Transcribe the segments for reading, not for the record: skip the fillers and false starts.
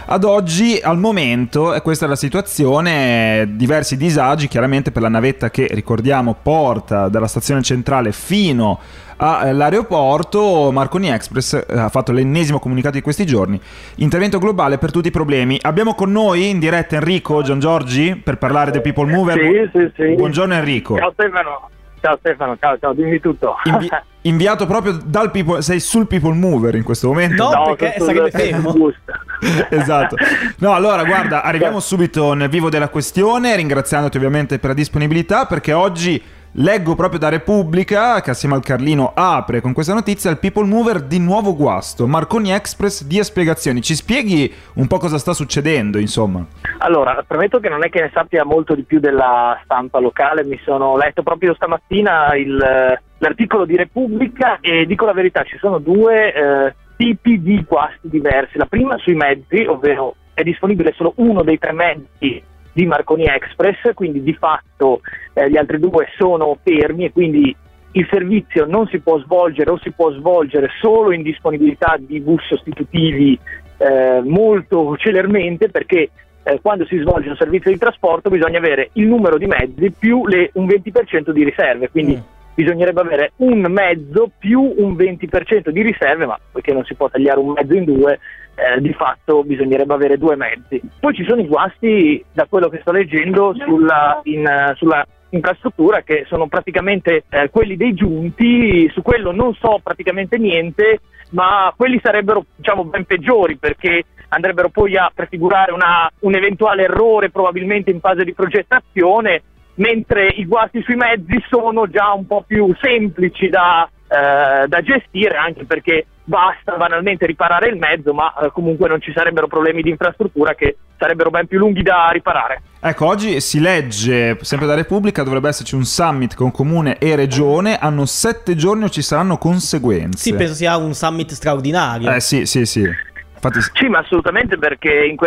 ad oggi, al momento, e questa è la situazione, diversi disagi chiaramente per la navetta che, ricordiamo, porta dalla stazione centrale fino all'aeroporto. Marconi Express ha fatto l'ennesimo comunicato di questi giorni: intervento globale per tutti i problemi. Abbiamo con noi in diretta Enrico Giangiorgi per parlare del People Mover. Sì. Buongiorno Enrico. Ciao Stefano, ciao, dimmi tutto. Inviato proprio dal People, sei sul People Mover in questo momento? No, perché sarebbe fermo. Esatto. No, allora guarda, arriviamo subito nel vivo della questione, ringraziandoti ovviamente per la disponibilità, perché oggi leggo proprio da Repubblica che assieme al Carlino apre con questa notizia: il People Mover di nuovo guasto, Marconi Express dia spiegazioni. Ci spieghi un po' cosa sta succedendo, insomma? Allora, premetto che non è che ne sappia molto di più della stampa locale, mi sono letto proprio stamattina l'articolo di Repubblica e dico la verità, ci sono due tipi di guasti diversi. La prima sui mezzi, ovvero è disponibile solo uno dei 3 mezzi di Marconi Express, quindi di fatto gli altri 2 sono fermi e quindi il servizio non si può svolgere o si può svolgere solo in disponibilità di bus sostitutivi molto celermente, perché quando si svolge un servizio di trasporto bisogna avere il numero di mezzi più un 20% di riserve, quindi bisognerebbe avere un mezzo più un 20% di riserve, ma poiché non si può tagliare un mezzo in 2, di fatto bisognerebbe avere 2 mezzi. Poi ci sono i guasti, da quello che sto leggendo, sulla infrastruttura, che sono praticamente quelli dei giunti. Su quello non so praticamente niente, ma quelli sarebbero, diciamo, ben peggiori, perché andrebbero poi a prefigurare un eventuale errore probabilmente in fase di progettazione, mentre i guasti sui mezzi sono già un po' più semplici da gestire, anche perché basta banalmente riparare il mezzo, ma comunque non ci sarebbero problemi di infrastruttura che sarebbero ben più lunghi da riparare. Ecco, oggi si legge, sempre da Repubblica, dovrebbe esserci un summit con comune e regione, hanno 7 giorni o ci saranno conseguenze. Sì, penso sia un summit straordinario. Sì. Infatti... Sì, ma assolutamente, perché in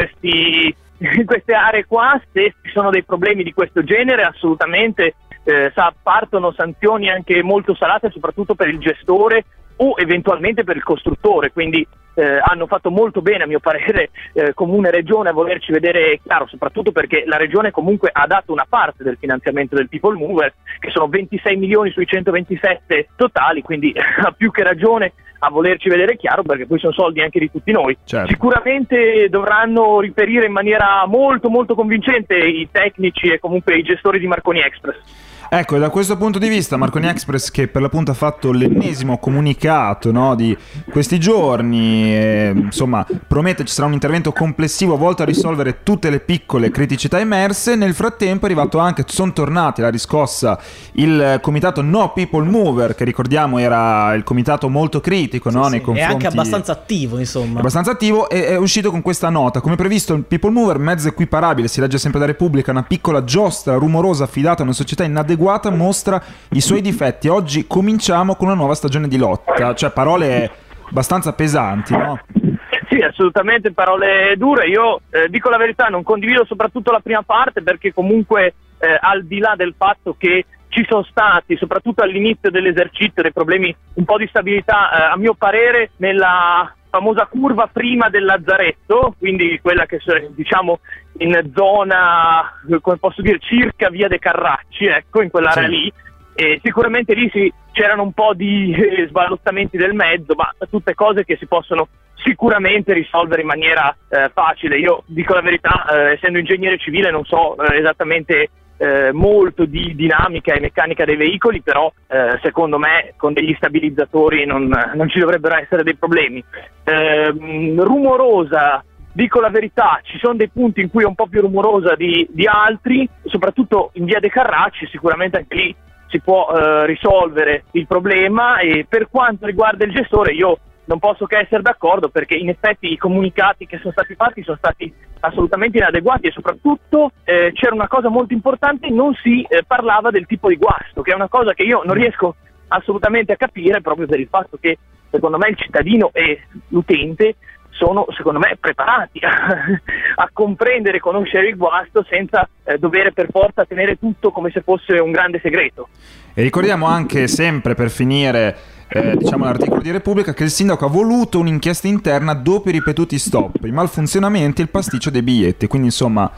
queste aree qua, se ci sono dei problemi di questo genere, assolutamente partono sanzioni anche molto salate, soprattutto per il gestore o eventualmente per il costruttore, quindi hanno fatto molto bene, a mio parere, Comune e Regione, a volerci vedere chiaro, soprattutto perché la Regione comunque ha dato una parte del finanziamento del People Mover, che sono 26 milioni sui 127 totali, quindi ha più che ragione a volerci vedere chiaro, perché poi sono soldi anche di tutti noi. Certo. Sicuramente dovranno riferire in maniera molto molto convincente i tecnici e comunque i gestori di Marconi Express. Ecco, e da questo punto di vista Marconi Express, che per l'appunto ha fatto l'ennesimo comunicato, no, di questi giorni, insomma promette ci sarà un intervento complessivo volto a risolvere tutte le piccole criticità emerse. Nel frattempo è arrivato anche, sono tornati alla riscossa il comitato No People Mover, che ricordiamo era il comitato molto critico, no, nei confronti... È anche abbastanza attivo, insomma. Abbastanza attivo, e è uscito con questa nota: come previsto il People Mover, mezzo equiparabile, si legge sempre da Repubblica, una piccola giostra rumorosa affidata a una società inadeguata, mostra i suoi difetti. Oggi cominciamo con una nuova stagione di lotta. Cioè, parole abbastanza pesanti, no? Sì, assolutamente, parole dure. Io dico la verità, non condivido soprattutto la prima parte, perché comunque al di là del fatto che ci sono stati, soprattutto all'inizio dell'esercizio, dei problemi un po' di stabilità, a mio parere, nella famosa curva prima del Lazzaretto, quindi quella che diciamo in zona, come posso dire, circa via dei Carracci, ecco, in quell'area lì, e sicuramente lì c'erano un po' di sballottamenti del mezzo, ma tutte cose che si possono sicuramente risolvere in maniera facile. Io dico la verità, essendo ingegnere civile non so esattamente molto di dinamica e meccanica dei veicoli, però secondo me con degli stabilizzatori non ci dovrebbero essere dei problemi. Rumorosa, dico la verità, ci sono dei punti in cui è un po' più rumorosa di altri, soprattutto in via dei Carracci, sicuramente anche lì si può risolvere il problema. E per quanto riguarda il gestore, io non posso che essere d'accordo, perché in effetti i comunicati che sono stati fatti sono stati assolutamente inadeguati, e soprattutto c'era una cosa molto importante: non si parlava del tipo di guasto, che è una cosa che io non riesco assolutamente a capire, proprio per il fatto che secondo me il cittadino e l'utente sono, secondo me, preparati a comprendere e conoscere il guasto senza dover per forza tenere tutto come se fosse un grande segreto. E ricordiamo anche, sempre per finire, diciamo l'articolo di Repubblica, che il sindaco ha voluto un'inchiesta interna dopo i ripetuti stop, i malfunzionamenti e il pasticcio dei biglietti. Quindi insomma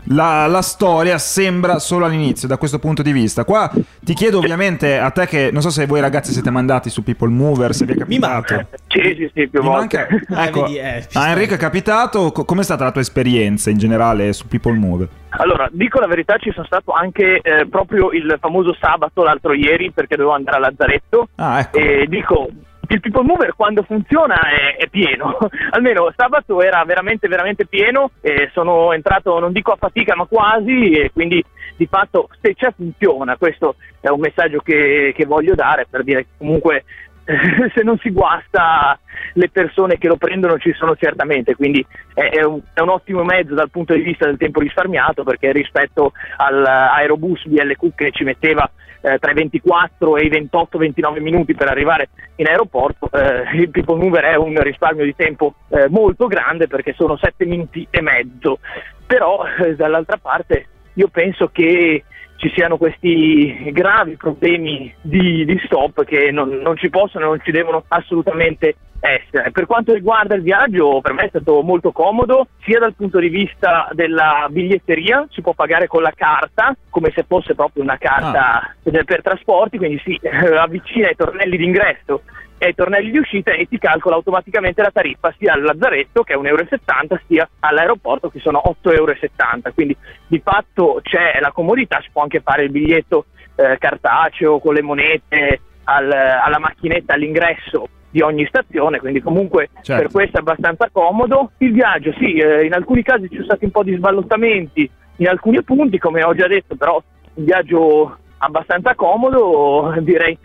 la storia sembra solo all'inizio da questo punto di vista. Qua ti chiedo ovviamente a te, che non so se voi ragazzi siete mandati su People Mover, se vi è capitato. Mi manca. Sì, più volte. Ecco, vedi, a Enrico è capitato. Com'è stata la tua esperienza in generale su People Mover? Allora, dico la verità, ci sono stato anche proprio il famoso sabato, l'altro ieri, perché dovevo andare a Lazzaretto. Ecco. E dico, il People Mover quando funziona è pieno. Almeno sabato era veramente veramente pieno, e sono entrato, non dico a fatica, ma quasi, e quindi di fatto se c'è funziona. Questo è un messaggio che voglio dare, per dire che comunque se non si guasta, le persone che lo prendono ci sono certamente, quindi è un ottimo mezzo dal punto di vista del tempo risparmiato, perché rispetto all'aerobus BLQ che ci metteva tra i 24 e i 28-29 minuti per arrivare in aeroporto, il People Mover è un risparmio di tempo molto grande, perché sono 7 minuti e mezzo. Però dall'altra parte io penso che ci siano questi gravi problemi di stop che non ci possono e non ci devono assolutamente essere. Per quanto riguarda il viaggio, per me è stato molto comodo, sia dal punto di vista della biglietteria, si può pagare con la carta, come se fosse proprio una carta per trasporti, quindi si avvicina ai tornelli d'ingresso e ai tornelli di uscita e ti calcola automaticamente la tariffa sia al lazzaretto, che è 1,70 €, sia all'aeroporto, che sono 8,70 €. Quindi di fatto c'è la comodità, si può anche fare il biglietto cartaceo con le monete alla macchinetta all'ingresso di ogni stazione, quindi comunque certo, per questo è abbastanza comodo. Il viaggio sì, in alcuni casi ci sono stati un po' di sballottamenti in alcuni punti, come ho già detto, però il viaggio abbastanza comodo, direi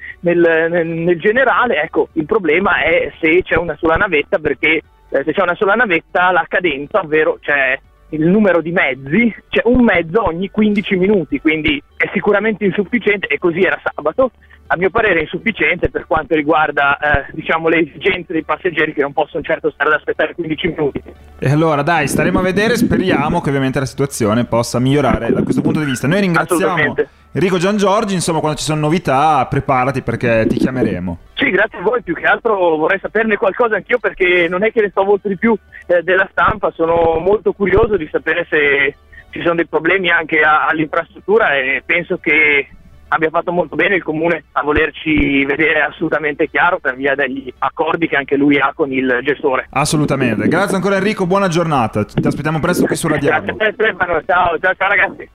nel generale. Ecco, il problema è se c'è una sola navetta, perché se c'è una sola navetta la cadenza, ovvero c'è il numero di mezzi, c'è un mezzo ogni 15 minuti, quindi è sicuramente insufficiente, e così era sabato. A mio parere è insufficiente per quanto riguarda diciamo le esigenze dei passeggeri, che non possono certo stare ad aspettare 15 minuti. E allora dai, staremo a vedere, speriamo che ovviamente la situazione possa migliorare da questo punto di vista. Noi ringraziamo Enrico Giangiorgi, insomma quando ci sono novità preparati, perché ti chiameremo. Sì, grazie a voi, più che altro vorrei saperne qualcosa anch'io, perché non è che ne so molto di più della stampa, sono molto curioso di sapere se ci sono dei problemi anche all'infrastruttura, e penso che abbia fatto molto bene il Comune a volerci vedere assolutamente chiaro, per via degli accordi che anche lui ha con il gestore. Assolutamente, grazie ancora Enrico, buona giornata, ti aspettiamo presto qui su Radio. Grazie a te Stefano, ciao ragazzi.